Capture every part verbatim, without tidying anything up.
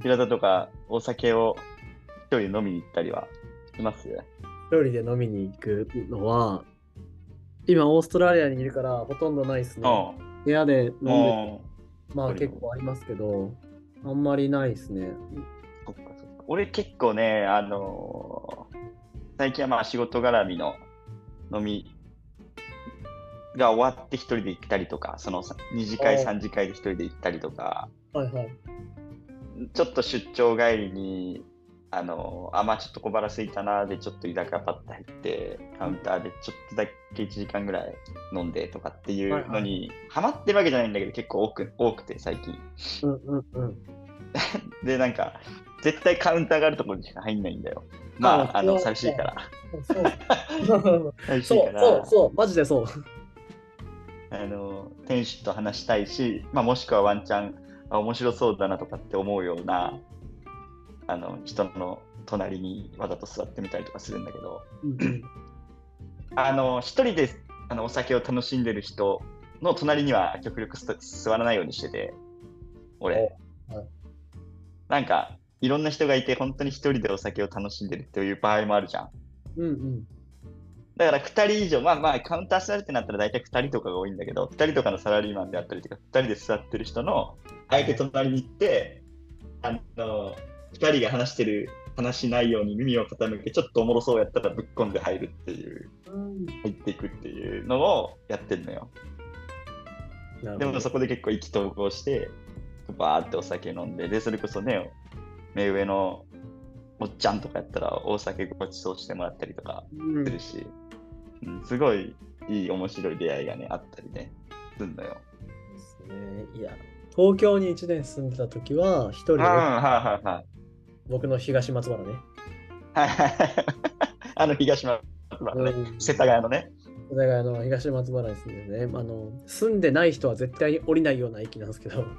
平田とかお酒を一人飲みに行ったりはします？ 一人で飲みに行くのは、今オーストラリアにいるからほとんどないですね。 う部屋でん。 飲んで、 もまあう、一人飲む。 結構ありますけど、あんまりないですね。 そっかそっか。俺結構ね、あのー最近はまあ仕事絡みの飲みが終わって一人で行ったりとか、その二次会、 あ三次会で一人で行ったりとか、 あ、はいはい。 ちょっと出張帰りに、あのーあ、まあちょっと小腹空いたなで、ちょっと居酒屋パッと入って、カウンターでちょっとだけいちじかんぐらい飲んでとかっていうのはいはい。 に、ハマってるわけじゃないんだけど、結構多く、多くて最近。 うんうんうん。 で、なんか、絶対カウンターがあるところにしか入んないんだよ。 あ、 まあ、あの、 もうそれは、 寂しいから。 そうそう寂しいそうそうから、 そう、マジでそう。 あの、店主と話したいし、まあ、もしくはワンチャン、あ、面白そうだなとかって思うような、あの、人の隣にわざと座ってみたりとかするんだけど、 うんうん。 あの、一人であのお酒を楽しんでる人の隣には極力す座らないようにしてて、俺。 おはいなんか、いろんな人がいて、本当に一人でお酒を楽しんでるっていう場合もあるじゃん。 うんうん。 だからふたり以上、まあまあカウンター座るってなったら大体ふたりとかが多いんだけど、ふたりとかのサラリーマンであったりとか、ふたりで座ってる人の相手隣に行って、あの、ふたりが話してる話内容に耳を傾けて、ちょっとおもろそうやったらぶっ込んで入るっていう、 うん入っていくっていうのをやってるのよ。 なるほど。 でもそこで結構意気投合して、バーってお酒飲んで、で、それこそね、目上のおっちゃんとかやったらお酒ごちそうしてもらったりとかうん。 するし、うん、すごいいい面白い出会いがね、あったりね、すんのよ。 ですね。いや、東京にいちねん住んでた時は、一人うん、 でよくはいはいはい。 僕の東松原ね。 はいはいはい。あの東松原ね、 うん。 世田谷のね。 お互いあの東松原に住んでね、あの、住んでない人は絶対に降りないような駅なんですけど、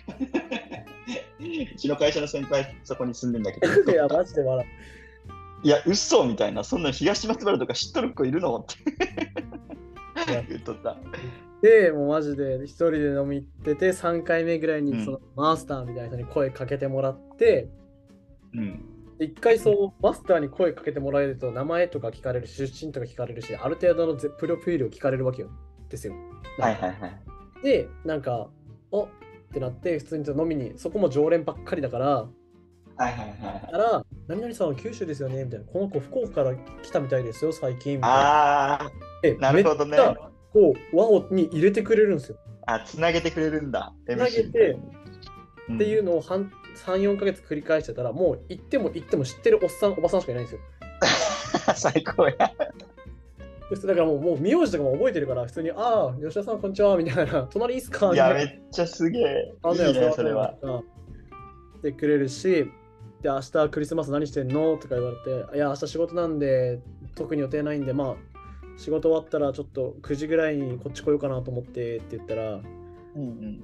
うちの会社の先輩、そこに住んでんだけど言っいや、 とった。 マジで笑いや、嘘みたいな、そんな東松原とか知っとる子いるのってう。いや、 言っとった。 で、もうマジで一人で飲み行ってて、さんかいめぐらいうん、 にそのマスターみたいな人に声かけてもらって、 うん。 一回そうマスターに声かけてもらえると名前とか聞かれるし、出身とか聞かれるし、ある程度のプロフィールを聞かれるわけよ。ですよ。なんか。 はいはいはい。 で、なんか、おってなって、普通に飲みに、そこも常連ばっかりだから、 はいはいはいはい。 たら、何々さんは九州ですよねみたいな。この子、福岡から来たみたいですよ、最近みたいな。 あえ、 ー、なるめっちほどね。 ゃ、こう、和をに入れてくれるんですよ。 あ、つなげてくれるんだ。 つなげエムシー みたいて、 に。うっていうん。 のを半さん、よんかげつ繰り返してたら、もう行っても行っても知ってるおっさん、おばさんしかいないんですよ。 最高や。 でだからもう、もう名字とかも覚えてるから、普通に、ああ、吉田さん、こんにちは、みたいな、隣いいっすかいや、 みたいな、 めっちゃすげえ。 あんなや、 いいね、 それはね、 それは。 ってくれるし、で、明日クリスマス何してんのとか言われて、いや、明日仕事なんで、特に予定ないんで、まあ、仕事終わったらちょっとくじぐらいにこっち来ようかなと思ってって言ったら、 うんうん。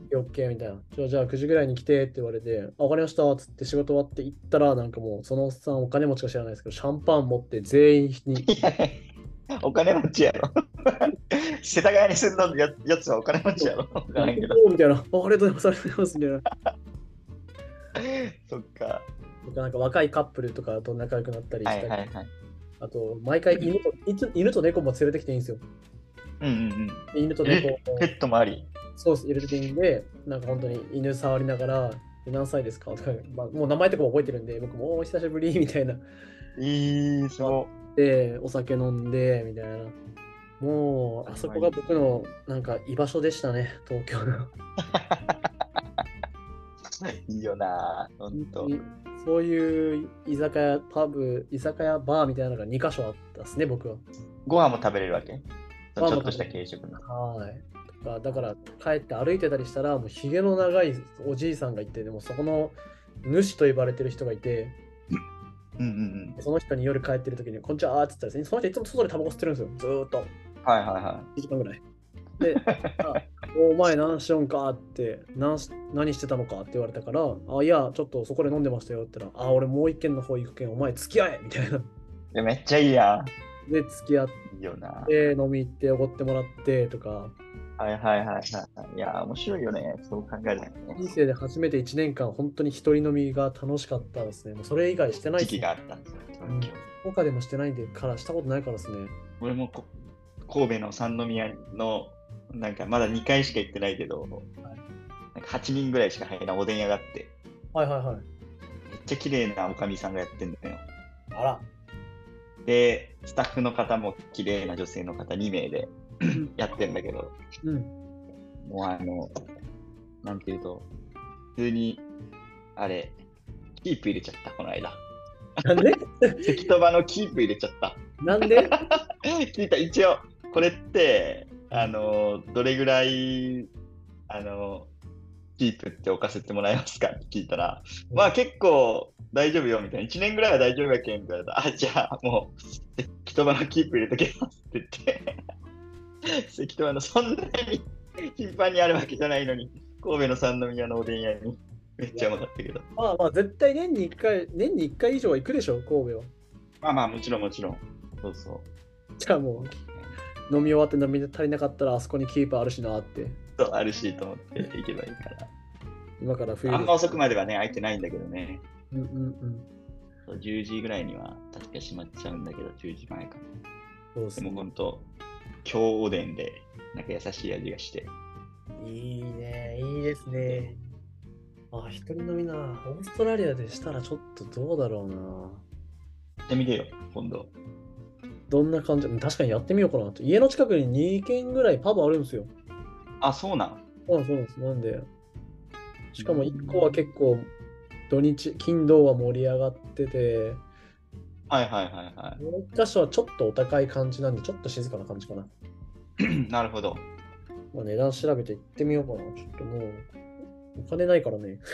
オッケーみたいな。じゃあ、じゃあくじぐらいに来てって言われて、あ、わかりましたっつって仕事終わって行ったら、なんかもう、そのおっさんお金持ちか知らないですけど、シャンパン持って全員に、 いや、お金持ちやろ。世田谷に住んだややつはお金持ちやろ。わからんけど。 おーみたいな、あ、ありがとうございます、ありがとうございますみたいな。 そっか。 なんか若いカップルとかと仲良くなったりはしたり、 いはいはい。 あと、毎回犬と、いつ犬と猫も連れてきていいんですよ。 うんうんうん。 で犬と猫え、ペを、 ットもあり。 そうです、入れてていいんで、なんか本当に犬触りながら、何歳ですかとか、まあ、もう名前とかも覚えてるんで、僕もお久しぶりみたいな。 いい、すごで、お酒飲んで、みたいな。もう、あそこがい。 僕のなんか居場所でしたね、東京の。 いいよな、ほんと。 本当にそういう居酒屋、パブ、居酒屋、バーみたいなのがにかしょ箇所あったですね、僕は。 ご飯も食べれるわけ？ちょっとしたバーも食べて。 軽食の。 はい。とか、だから帰って歩いてたりしたら、もうひげの長いおじいさんがいて、でもそこの主と呼ばれてる人がいて、 うんうんうん。 その人に夜帰ってる時に、こんにちはって言ったらですね、その人いつも外でタバコ吸ってるんですよ、ずーっと。 はいはいはいちじかんぐらい。で、あお前何しよんかって、何し何してたのかって言われたから、あ、いや、ちょっとそこで飲んでましたよって言ったら、あ、俺もう一軒の方行くけん、お前付き合えみたいな。 い。めっちゃいいやで、付き合っん。いいよな。 て、飲み行って、おごってもらってとか、 はいはいはいはい。いや、面白いよね。そう考えるとね。 人生で初めていちねんかん、本当に一人飲みが楽しかったですね。もうそれ以外してない時ですね。 期があったんですよ、 うん。 東京。 他でもしてないんで、からしたことないからですね。 俺もこ神戸の三宮の、なんかまだにかいしか行ってないけど、なんかはちにんぐらいしか入らないおでん屋があって、 はいはいはい。 めっちゃ綺麗なおかみさんがやってんだよ。 あら。 で、スタッフの方も綺麗な女性の方にめいでうん。 やってんだけど、 うん。 もうあの、なんていうと、普通に、あれ、キープ入れちゃった、この間。 なんで関戸場のキープ入れちゃった。 なんで聞いた、一応、これって、あの、どれぐらい、あの、キープって置かせてもらえますかって聞いたら、 うん。 まあ結構大丈夫よみたいな、いちねんぐらいは大丈夫やけんって言われたら、あ、じゃあもう、関戸場のキープ入れとけますって言って、関戸場のそんなに頻繁にあるわけじゃないのに、神戸の三宮のおでん屋にめっいや、 ちゃうまかったけど。 まあまあ、絶対年にいっかい、年にいっかい以上は行くでしょ、神戸は。 まあまあ、もちろんもちろん。そうそじゃあもう、飲み終わって飲み足りなかったら、あそこにキーパーあるしなって。 う。そう、あるしと思って行けばいいから。 今から冬です。 あんま遅くまではね、空いてないんだけどね。 うんうんうん。 そうじゅうじぐらいには確か閉まっちゃうんだけど、じゅうじまえかな。でもそうですね。 本当、京おでんで、なんか優しい味がして。 いいね、いいですね。あ、一人飲みな。オーストラリアでしたらちょっとどうだろうな。 やってみてよ、今度。 どんな感じ、確かにやってみようかなと。家の近くににけんぐらいパブあるんですよ。 あ、そうなん。 そうなんです、そうなんです。なんで、しかもいっこはうん結構土日、金土は盛り上がってて、 はいはいはいはもう一箇所はちょっとお高い感じなんで、ちょっと静かな感じかな。 い。なるほど。 まあ、値段調べて行ってみようかな。ちょっともう、お金ないからね。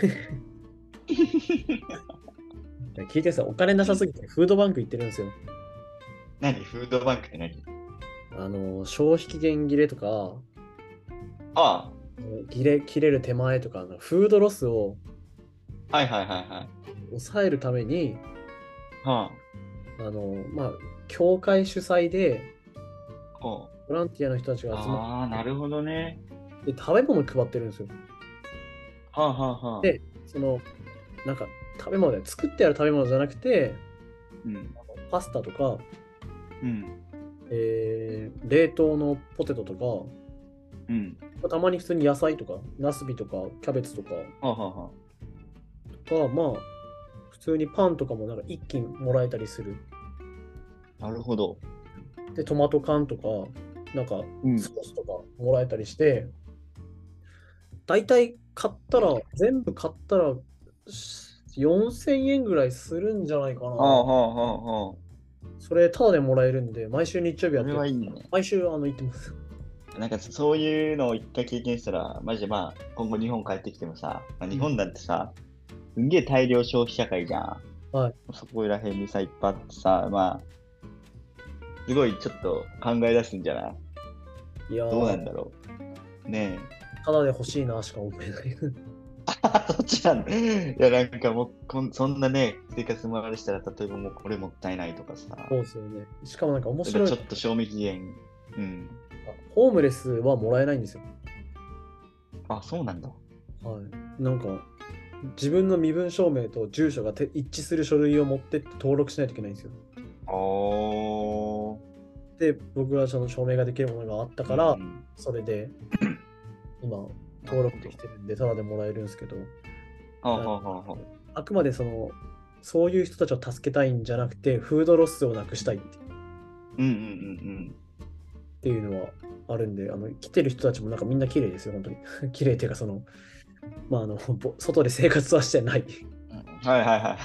聞いてさ、お金なさすぎてフードバンク行ってるんですよ。 何フードバンクって何？ あの、消費期限切れとか、 あ切れ、切れる手前とか、あのフードロスをあ、はいはいはいはい。 抑えるために、 はあの、まあ、協会主催で、 あ、ほう。 ボランティアの人たちが集まっああ、なるほどね。 て、食べ物配ってるんですよ。 はあはあはあ。 で、その、なんか、食べ物で、作ってある食べ物じゃなくて、 うん。 パスタとか、 うん。 えー冷凍のポテトとか、 うん。 たまに普通に野菜とか、ナスビとか、キャベツとか、 はあはあはとか、まあ、普通にパンとかもなんか一斤もらえたりする。 あ。なるほど。 で、トマト缶とか、なんかうん。 ソースとかもらえたりして、大体買ったら、全部買ったらよんせんえんぐらいするんじゃないかな。 はあはあはあはあ。 それ、タダでもらえるんで、毎週日曜日やそってる。 れはいいね。 毎週あの行ってます。 なんかそういうのを一回経験したら、マジでまあ、今後日本帰ってきてもさ、まあ、 うん。 日本だってさ、すんげえ大量消費社会じゃん。 はい。 そこら辺にさ、いっぱいあってさ、まあ、すごいちょっと考え出すんじゃない？ いやー、 どうなんだろう。ねタダで欲しいなしか思えない。 え。そっちなんだ。いや、なんかもうこん、そんなね、生活もあれしたら、例えばもうこれもったいないとかさ、 そうですよね。しかもなんか面例えば白い。 ちょっと賞味期限、うん。 ホームレスはもらえないんですよ。 あ、そうなんだ。 はい。なんか、自分の身分証明と住所がて一致する書類を持ってって登録しないといけないんですよ。 おー。 で、僕はその証明ができるものがあったうから、 んそれで今、 うん。 登録できてるんで、ただでもらえるんですけど、 はあはあはあはあくまでその、そういう人たちを助けたいんじゃなくて、フードロスをなくしたいってうんうんうんっていうのはあるんで、あの、来てる人たちもなんかみんな綺麗ですよ、本当に。綺麗っていうか、その、まあ、あの、ぼ外で生活はしてないうん。うんはいはいはい。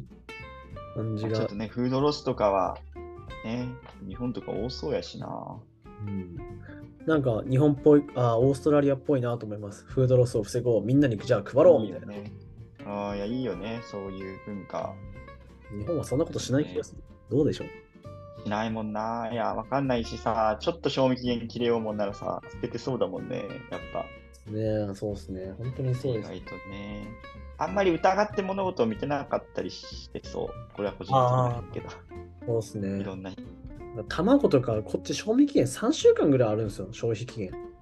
感じが。 ちょっとね、フードロスとかは、ね、日本とか多そうやしな。 うん、なんか日本っぽい、あ、オーストラリアっぽいなと思います。フードロスを防ごう。みんなにじゃあ配ろうみたいな。 いいよね。ああ、いや、いいよね、そういう文化。 日本はそんなことしない気がする。どうでしょう。 しないもんな。いや、わかんないしさ、ちょっと賞味期限切れようもんならさ、捨ててそうだもんね、やっぱ。 ねえ、そうですね。本当にそうです。 意外とね。あんまり疑って物事を見てなかったりしてそう。これは個人的ああ、 なけど。 そうですね。 いろんな。 卵とか、こっち賞味期限さんしゅうかんぐらいあるんですよ、消費期限。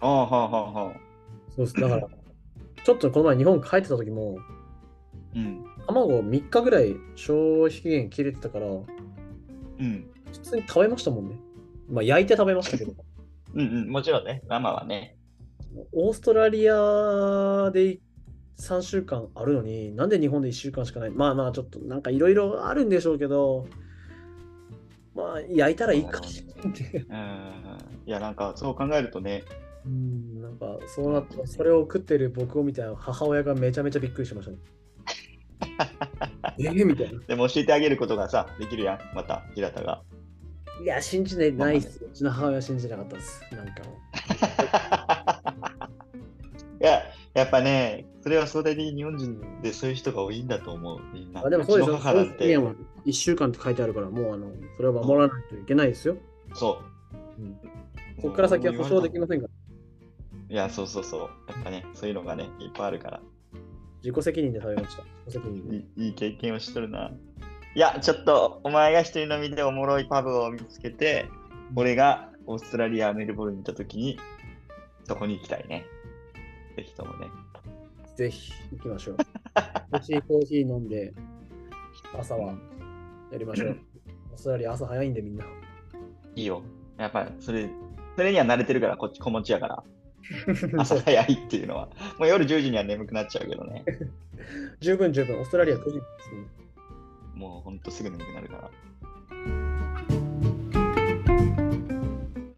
ああ、はあ、はあ、はあ。 そうです。だから、ちょっとこの前日本帰ってた時も、 うん。 卵みっかぐらい消費期限切れてたから、 うん。 普通に食べましたもんね。まあ焼いて食べましたけど。 うんうん。もちろんね。生はね。 オーストラリアでさんしゅうかんあるのに、なんで日本でいっしゅうかんしかない。まあまあ、ちょっとなんかいろいろあるんでしょうけど、まあ焼いたらいいかそうだろうね。 って。 うん。いや、なんかそう考えるとね。 うん、なんかそうなって、 本当にね。 それを食ってる僕を見た母親がめちゃめちゃびっくりしましたね。えー、みたいな。 でも教えてあげることがさ、できるやん。また、平田が。 いや、信じねママで。 ないっす。うちの母親は信じなかったです。なんかもいや、やっぱね、それはそれで日本人でそういう人が多いんだと思う、みんう。 な。 あ、でもうちのそうですよ。そういう期限母なんて、 はいっしゅうかんって書いてあるから、もうあの、それは守そらないといけないですよ。 う、そうん、 う。 ここからもう俺先は保証も言われたもん。 できませんから。 いや、そうそうそう。やっぱね、そういうのがね、いっぱいあるから。 自己責任で食べました。自己責任で。 いいいい経験をしとるな。いや、ちょっと、お前が一人飲みでおもろいパブを見つけて、俺がオーストラリア、メルボルンに行った時に、そこに行きたいね。ぜひともね。 ぜひ行きましょう。美味しいコーヒー飲んで、朝はやりましょう。オーストラリア朝早いんでみんな。 いいよ。やっぱり、それ、それには慣れてるから、こっち子持ちやから。 そう朝早いっていうのは。もう夜じゅうじには眠くなっちゃうけどね。 十分十分。オーストラリアくじですね。 もうほんとすぐ眠くなるから。